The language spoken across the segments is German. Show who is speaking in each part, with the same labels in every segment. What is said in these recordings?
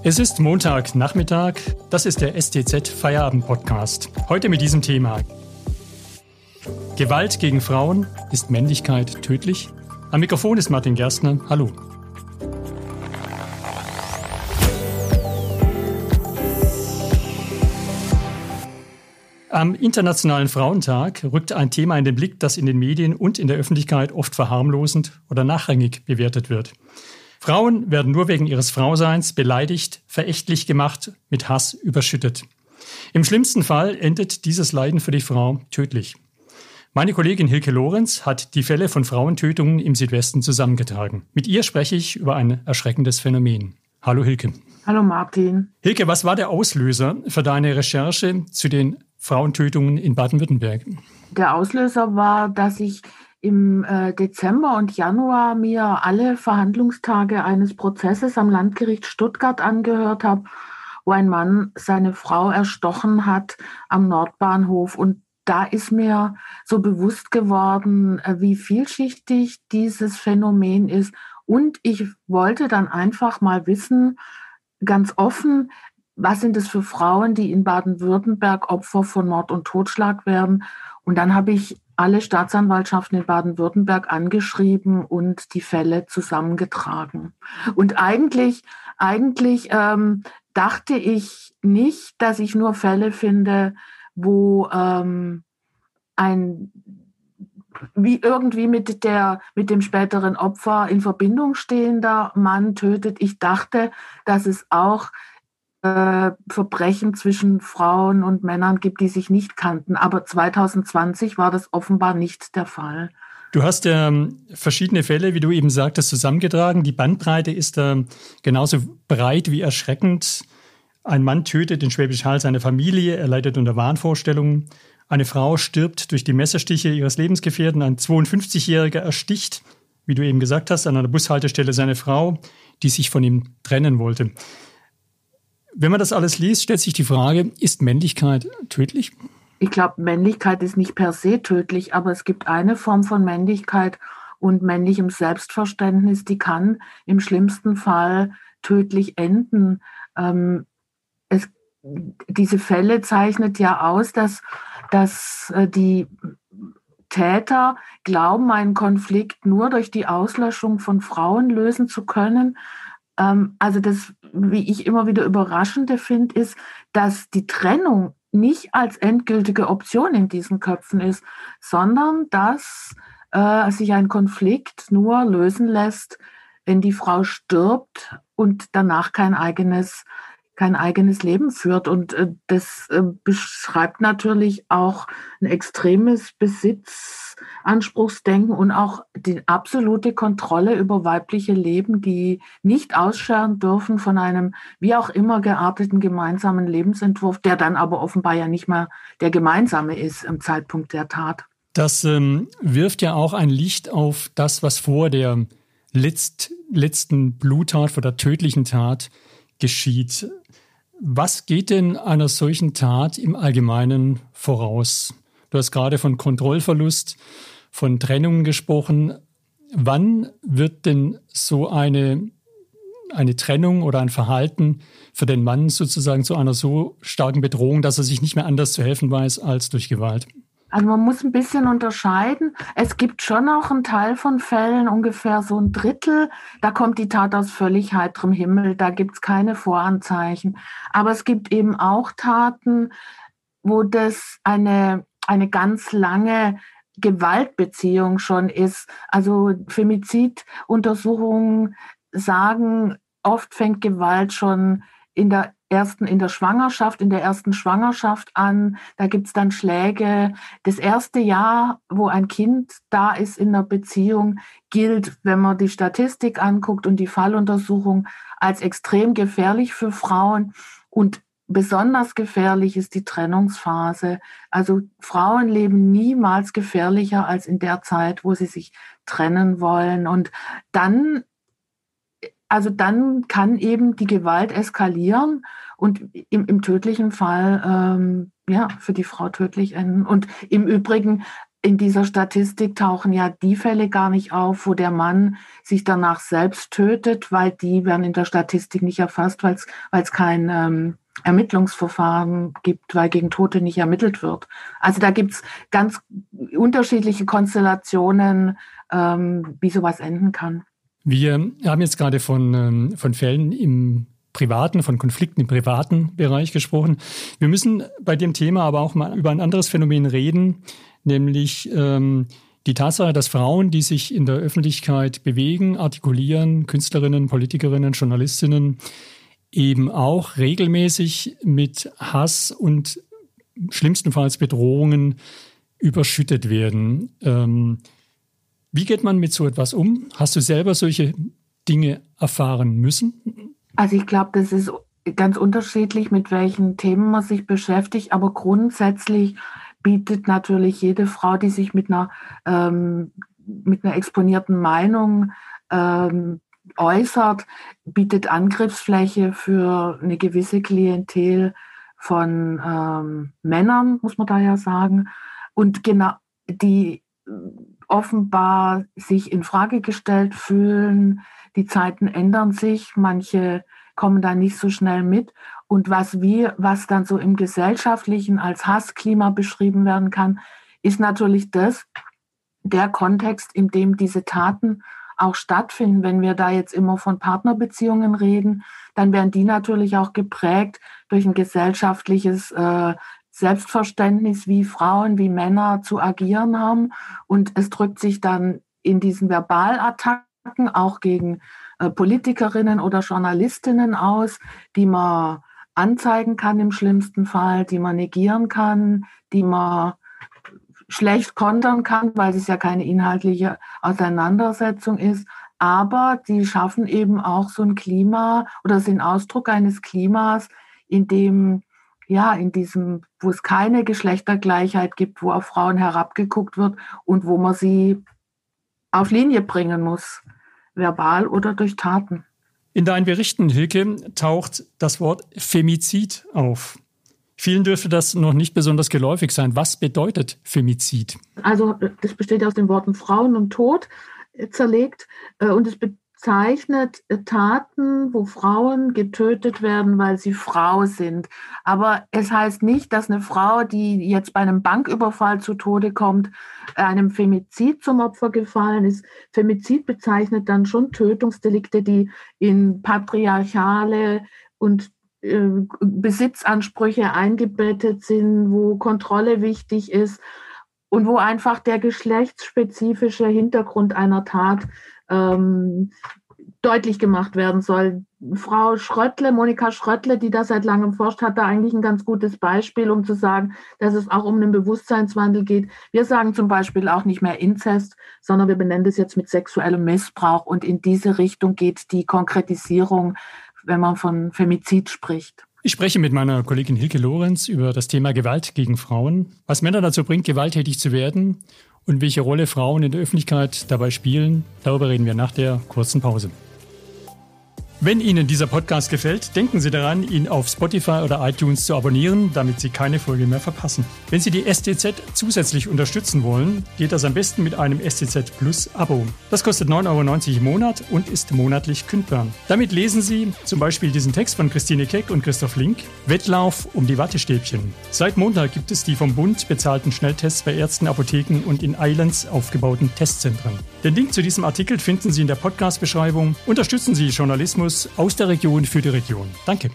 Speaker 1: Es ist Montagnachmittag, das ist der STZ-Feierabend-Podcast. Heute mit diesem Thema. Gewalt gegen Frauen, ist Männlichkeit tödlich? Am Mikrofon ist Martin Gerstner, hallo. Am Internationalen Frauentag rückt ein Thema in den Blick, das in den Medien und in der Öffentlichkeit oft verharmlosend oder nachrangig bewertet wird. Frauen werden nur wegen ihres Frauseins beleidigt, verächtlich gemacht, mit Hass überschüttet. Im schlimmsten Fall endet dieses Leiden für die Frau tödlich. Meine Kollegin Hilke Lorenz hat die Fälle von Frauentötungen im Südwesten zusammengetragen. Mit ihr spreche ich über ein erschreckendes Phänomen. Hallo Hilke.
Speaker 2: Hallo Martin.
Speaker 1: Hilke, was war der Auslöser für deine Recherche zu den Frauentötungen in Baden-Württemberg?
Speaker 2: Der Auslöser war, dass ich im Dezember und Januar mir alle Verhandlungstage eines Prozesses am Landgericht Stuttgart angehört habe, wo ein Mann seine Frau erstochen hat am Nordbahnhof. Und da ist mir so bewusst geworden, wie vielschichtig dieses Phänomen ist. Und ich wollte dann einfach mal wissen, ganz offen, was sind es für Frauen, die in Baden-Württemberg Opfer von Mord und Totschlag werden. Und dann habe ich alle Staatsanwaltschaften in Baden-Württemberg angeschrieben und die Fälle zusammengetragen. Und eigentlich dachte ich nicht, dass ich nur Fälle finde, wo wie irgendwie mit dem späteren Opfer in Verbindung stehender Mann tötet. Ich dachte, dass es auch Verbrechen zwischen Frauen und Männern gibt, die sich nicht kannten. Aber 2020 war das offenbar nicht der Fall.
Speaker 1: Du hast verschiedene Fälle, wie du eben sagtest, zusammengetragen. Die Bandbreite ist genauso breit wie erschreckend. Ein Mann tötet in Schwäbisch Hall seine Familie, er leidet unter Wahnvorstellungen. Eine Frau stirbt durch die Messerstiche ihres Lebensgefährten. Ein 52-Jähriger ersticht, wie du eben gesagt hast, an einer Bushaltestelle seine Frau, die sich von ihm trennen wollte. Wenn man das alles liest, stellt sich die Frage, ist Männlichkeit tödlich?
Speaker 2: Ich glaube, Männlichkeit ist nicht per se tödlich, aber es gibt eine Form von Männlichkeit und männlichem Selbstverständnis, die kann im schlimmsten Fall tödlich enden. Diese Fälle zeichnet ja aus, dass die Täter glauben, einen Konflikt nur durch die Auslöschung von Frauen lösen zu können. Also das, wie ich immer wieder Überraschende finde, ist, dass die Trennung nicht als endgültige Option in diesen Köpfen ist, sondern dass sich ein Konflikt nur lösen lässt, wenn die Frau stirbt und danach kein eigenes Leben führt. Und das beschreibt natürlich auch ein extremes Besitzanspruchsdenken und auch die absolute Kontrolle über weibliche Leben, die nicht ausscheren dürfen von einem wie auch immer gearteten gemeinsamen Lebensentwurf, der dann aber offenbar ja nicht mehr der gemeinsame ist am Zeitpunkt der Tat.
Speaker 1: Das wirft ja auch ein Licht auf das, was vor der letzten Bluttat, vor der tödlichen Tat geschieht. Was geht denn einer solchen Tat im Allgemeinen voraus? Du hast gerade von Kontrollverlust, von Trennung gesprochen. Wann wird denn so eine Trennung oder ein Verhalten für den Mann sozusagen zu einer so starken Bedrohung, dass er sich nicht mehr anders zu helfen weiß als durch Gewalt?
Speaker 2: Also man muss ein bisschen unterscheiden. Es gibt schon auch einen Teil von Fällen, ungefähr so ein Drittel, da kommt die Tat aus völlig heiterem Himmel, da gibt es keine Voranzeichen. Aber es gibt eben auch Taten, wo das eine ganz lange Gewaltbeziehung schon ist. Also Femiziduntersuchungen sagen, oft fängt Gewalt schon in der ersten Schwangerschaft an. Da gibt es dann Schläge. Das erste Jahr, wo ein Kind da ist in einer Beziehung, gilt, wenn man die Statistik anguckt und die Falluntersuchung, als extrem gefährlich für Frauen. Und besonders gefährlich ist die Trennungsphase. Also Frauen leben niemals gefährlicher als in der Zeit, wo sie sich trennen wollen. Und dann kann eben die Gewalt eskalieren und im tödlichen Fall für die Frau tödlich enden. Und im Übrigen in dieser Statistik tauchen ja die Fälle gar nicht auf, wo der Mann sich danach selbst tötet, weil die werden in der Statistik nicht erfasst, weil es kein Ermittlungsverfahren gibt, weil gegen Tote nicht ermittelt wird. Also da gibt es ganz unterschiedliche Konstellationen, wie sowas enden kann.
Speaker 1: Wir haben jetzt gerade von Fällen im privaten, von Konflikten im privaten Bereich gesprochen. Wir müssen bei dem Thema aber auch mal über ein anderes Phänomen reden, nämlich die Tatsache, dass Frauen, die sich in der Öffentlichkeit bewegen, artikulieren, Künstlerinnen, Politikerinnen, Journalistinnen, eben auch regelmäßig mit Hass und schlimmstenfalls Bedrohungen überschüttet werden. Wie geht man mit so etwas um? Hast du selber solche Dinge erfahren müssen?
Speaker 2: Also ich glaube, das ist ganz unterschiedlich, mit welchen Themen man sich beschäftigt, aber grundsätzlich bietet natürlich jede Frau, die sich mit einer exponierten Meinung äußert, bietet Angriffsfläche für eine gewisse Klientel von Männern, muss man da ja sagen, und genau die offenbar sich in Frage gestellt fühlen. Die Zeiten ändern sich, manche kommen da nicht so schnell mit. Und was dann so im Gesellschaftlichen als Hassklima beschrieben werden kann, ist natürlich der Kontext, in dem diese Taten auch stattfinden. Wenn wir da jetzt immer von Partnerbeziehungen reden, dann werden die natürlich auch geprägt durch ein gesellschaftliches Selbstverständnis, wie Frauen, wie Männer zu agieren haben. Und es drückt sich dann in diesen Verbalattacken auch gegen Politikerinnen oder Journalistinnen aus, die man anzeigen kann im schlimmsten Fall, die man negieren kann, die man schlecht kontern kann, weil es ja keine inhaltliche Auseinandersetzung ist. Aber die schaffen eben auch so ein Klima oder sind Ausdruck eines Klimas, in dem, wo es keine Geschlechtergleichheit gibt, wo auf Frauen herabgeguckt wird und wo man sie auf Linie bringen muss, verbal oder durch Taten.
Speaker 1: In deinen Berichten, Hilke, taucht das Wort Femizid auf. Vielen dürfte das noch nicht besonders geläufig sein. Was bedeutet Femizid?
Speaker 2: Also das besteht aus den Worten Frauen und Tod zerlegt und es bezeichnet Taten, wo Frauen getötet werden, weil sie Frau sind. Aber es heißt nicht, dass eine Frau, die jetzt bei einem Banküberfall zu Tode kommt, einem Femizid zum Opfer gefallen ist. Femizid bezeichnet dann schon Tötungsdelikte, die in patriarchale und Besitzansprüche eingebettet sind, wo Kontrolle wichtig ist und wo einfach der geschlechtsspezifische Hintergrund einer Tat deutlich gemacht werden soll. Frau Schröttle, Monika Schröttle, die das seit langem forscht, hat da eigentlich ein ganz gutes Beispiel, um zu sagen, dass es auch um einen Bewusstseinswandel geht. Wir sagen zum Beispiel auch nicht mehr Inzest, sondern wir benennen das jetzt mit sexuellem Missbrauch und in diese Richtung geht die Konkretisierung, wenn man von Femizid spricht.
Speaker 1: Ich spreche mit meiner Kollegin Hilke Lorenz über das Thema Gewalt gegen Frauen, was Männer dazu bringt, gewalttätig zu werden und welche Rolle Frauen in der Öffentlichkeit dabei spielen. Darüber reden wir nach der kurzen Pause. Wenn Ihnen dieser Podcast gefällt, denken Sie daran, ihn auf Spotify oder iTunes zu abonnieren, damit Sie keine Folge mehr verpassen. Wenn Sie die STZ zusätzlich unterstützen wollen, geht das am besten mit einem STZ Plus Abo. Das kostet 9,90 € im Monat und ist monatlich kündbar. Damit lesen Sie zum Beispiel diesen Text von Christine Keck und Christoph Link, Wettlauf um die Wattestäbchen. Seit Montag gibt es die vom Bund bezahlten Schnelltests bei Ärzten, Apotheken und in Islands aufgebauten Testzentren. Den Link zu diesem Artikel finden Sie in der Podcast-Beschreibung. Unterstützen Sie Journalismus aus der Region für die Region. Danke.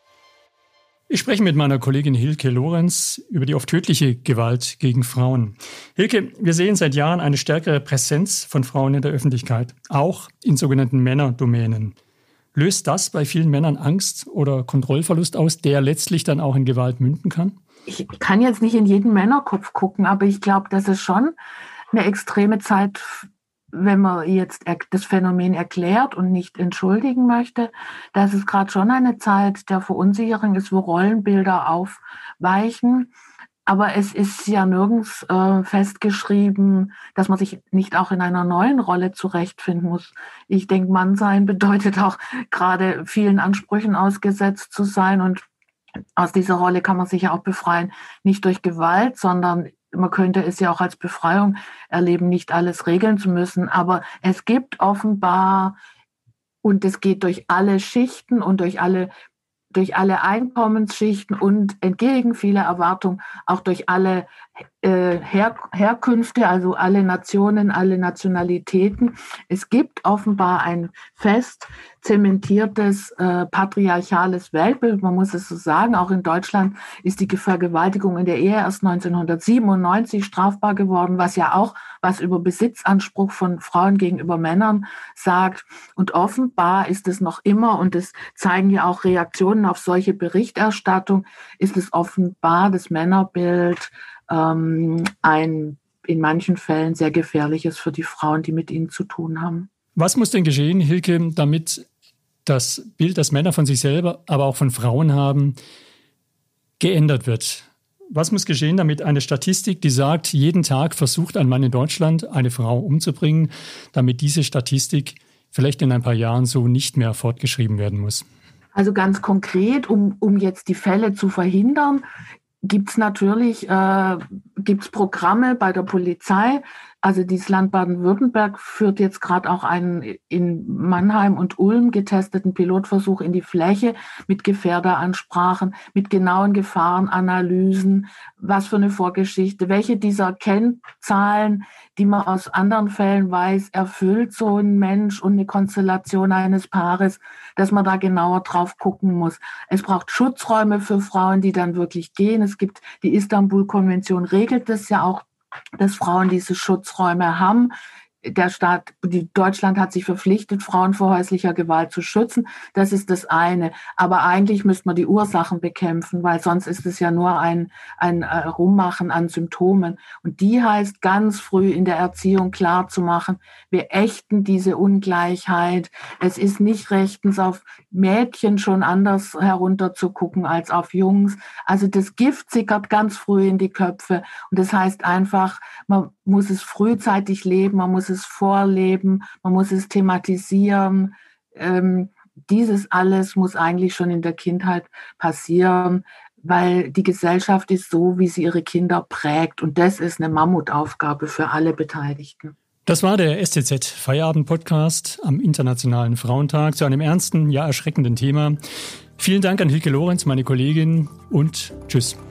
Speaker 1: Ich spreche mit meiner Kollegin Hilke Lorenz über die oft tödliche Gewalt gegen Frauen. Hilke, wir sehen seit Jahren eine stärkere Präsenz von Frauen in der Öffentlichkeit, auch in sogenannten Männerdomänen. Löst das bei vielen Männern Angst oder Kontrollverlust aus, der letztlich dann auch in Gewalt münden kann?
Speaker 2: Ich kann jetzt nicht in jeden Männerkopf gucken, aber ich glaube, dass es schon eine extreme Zeit, wenn man jetzt das Phänomen erklärt und nicht entschuldigen möchte, dass es gerade schon eine Zeit der Verunsicherung ist, wo Rollenbilder aufweichen. Aber es ist ja nirgends festgeschrieben, dass man sich nicht auch in einer neuen Rolle zurechtfinden muss. Ich denke, Mannsein bedeutet auch gerade vielen Ansprüchen ausgesetzt zu sein. Und aus dieser Rolle kann man sich ja auch befreien, nicht durch Gewalt, sondern man könnte es ja auch als Befreiung erleben, nicht alles regeln zu müssen. Aber es gibt offenbar, und es geht durch alle Schichten und durch alle Einkommensschichten und entgegen vieler Erwartungen auch durch alle Herkünfte, also alle Nationen, alle Nationalitäten. Es gibt offenbar ein fest zementiertes patriarchales Weltbild, man muss es so sagen. Auch in Deutschland ist die Vergewaltigung in der Ehe erst 1997 strafbar geworden, was ja auch was über Besitzanspruch von Frauen gegenüber Männern sagt. Und offenbar ist es noch immer, und das zeigen ja auch Reaktionen auf solche Berichterstattung, ist es offenbar das Männerbild ein in manchen Fällen sehr gefährliches für die Frauen, die mit ihnen zu tun haben.
Speaker 1: Was muss denn geschehen, Hilke, damit das Bild, das Männer von sich selber, aber auch von Frauen haben, geändert wird? Was muss geschehen, damit eine Statistik, die sagt, jeden Tag versucht ein Mann in Deutschland, eine Frau umzubringen, damit diese Statistik vielleicht in ein paar Jahren so nicht mehr fortgeschrieben werden muss?
Speaker 2: Also ganz konkret, um jetzt die Fälle zu verhindern, gibt es natürlich gibt's Programme bei der Polizei. Also dieses Land Baden-Württemberg führt jetzt gerade auch einen in Mannheim und Ulm getesteten Pilotversuch in die Fläche mit Gefährderansprachen, mit genauen Gefahrenanalysen, was für eine Vorgeschichte, welche dieser Kennzahlen, die man aus anderen Fällen weiß, erfüllt so ein Mensch und eine Konstellation eines Paares, dass man da genauer drauf gucken muss. Es braucht Schutzräume für Frauen, die dann wirklich gehen. Es gibt die Istanbul-Konvention, regelt das ja auch, dass Frauen diese Schutzräume haben. Deutschland hat sich verpflichtet, Frauen vor häuslicher Gewalt zu schützen. Das ist das eine. Aber eigentlich müsste man die Ursachen bekämpfen, weil sonst ist es ja nur ein Rummachen an Symptomen. Und die heißt, ganz früh in der Erziehung klar zu machen, wir ächten diese Ungleichheit. Es ist nicht rechtens, auf Mädchen schon anders herunter zu gucken als auf Jungs. Also das Gift sickert ganz früh in die Köpfe. Und das heißt einfach, man muss es frühzeitig leben, man muss es vorleben, man muss es thematisieren. Dieses alles muss eigentlich schon in der Kindheit passieren, weil die Gesellschaft ist so, wie sie ihre Kinder prägt. Und das ist eine Mammutaufgabe für alle Beteiligten.
Speaker 1: Das war der STZ-Feierabend-Podcast am Internationalen Frauentag zu einem ernsten, ja erschreckenden Thema. Vielen Dank an Hilke Lorenz, meine Kollegin, und tschüss.